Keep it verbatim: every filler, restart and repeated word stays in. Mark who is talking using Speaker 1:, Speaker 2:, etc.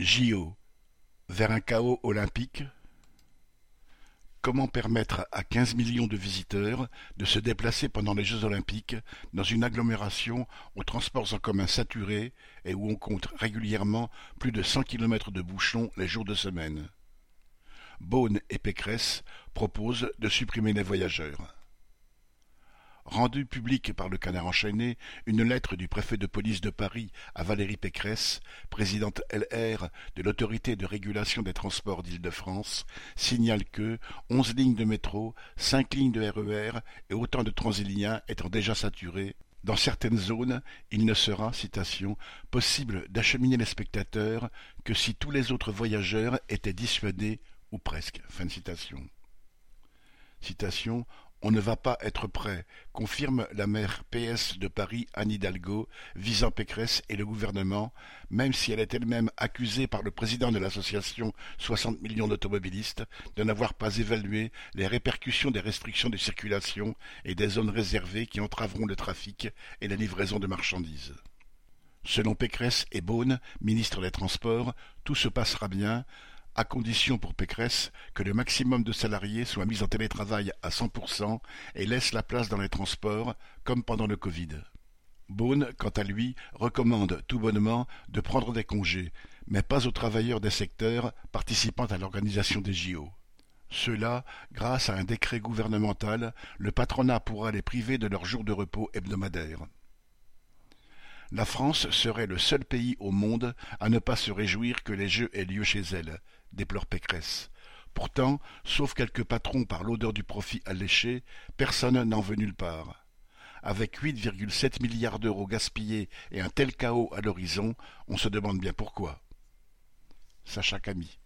Speaker 1: J O. Vers un chaos olympique? Comment permettre à quinze millions de visiteurs de se déplacer pendant les Jeux olympiques dans une agglomération aux transports en commun saturés et où on compte régulièrement plus de cent kilomètres de bouchons les jours de semaine? Beaune et Pécresse proposent de supprimer les voyageurs. Rendue publique par le Canard enchaîné, une lettre du préfet de police de Paris à Valérie Pécresse, présidente L R de l'Autorité de régulation des transports d'Île-de-France, signale que onze lignes de métro, cinq lignes de R E R et autant de Transiliens étant déjà saturés, dans certaines zones, il ne sera, citation, possible d'acheminer les spectateurs que si tous les autres voyageurs étaient dissuadés, ou presque. Fin de citation. Citation. On ne va pas être prêt, confirme la maire P S de Paris Anne Hidalgo, visant Pécresse et le gouvernement, même si elle est elle-même accusée par le président de l'association soixante millions d'automobilistes de n'avoir pas évalué les répercussions des restrictions de circulation et des zones réservées qui entraveront le trafic et la livraison de marchandises. Selon Pécresse et Beaune, ministre des Transports, tout se passera bien, à condition pour Pécresse que le maximum de salariés soit mis en télétravail à cent pour cent et laisse la place dans les transports, comme pendant le Covid. Beaune, quant à lui, recommande tout bonnement de prendre des congés, mais pas aux travailleurs des secteurs participant à l'organisation des J O. Ceux-là, grâce à un décret gouvernemental, le patronat pourra les priver de leurs jours de repos hebdomadaires. La France serait le seul pays au monde à ne pas se réjouir que les Jeux aient lieu chez elle, déplore Pécresse. Pourtant, sauf quelques patrons par l'odeur du profit alléché, personne n'en veut nulle part. Avec huit virgule sept milliards d'euros gaspillés et un tel chaos à l'horizon, on se demande bien pourquoi. Sacha Camille.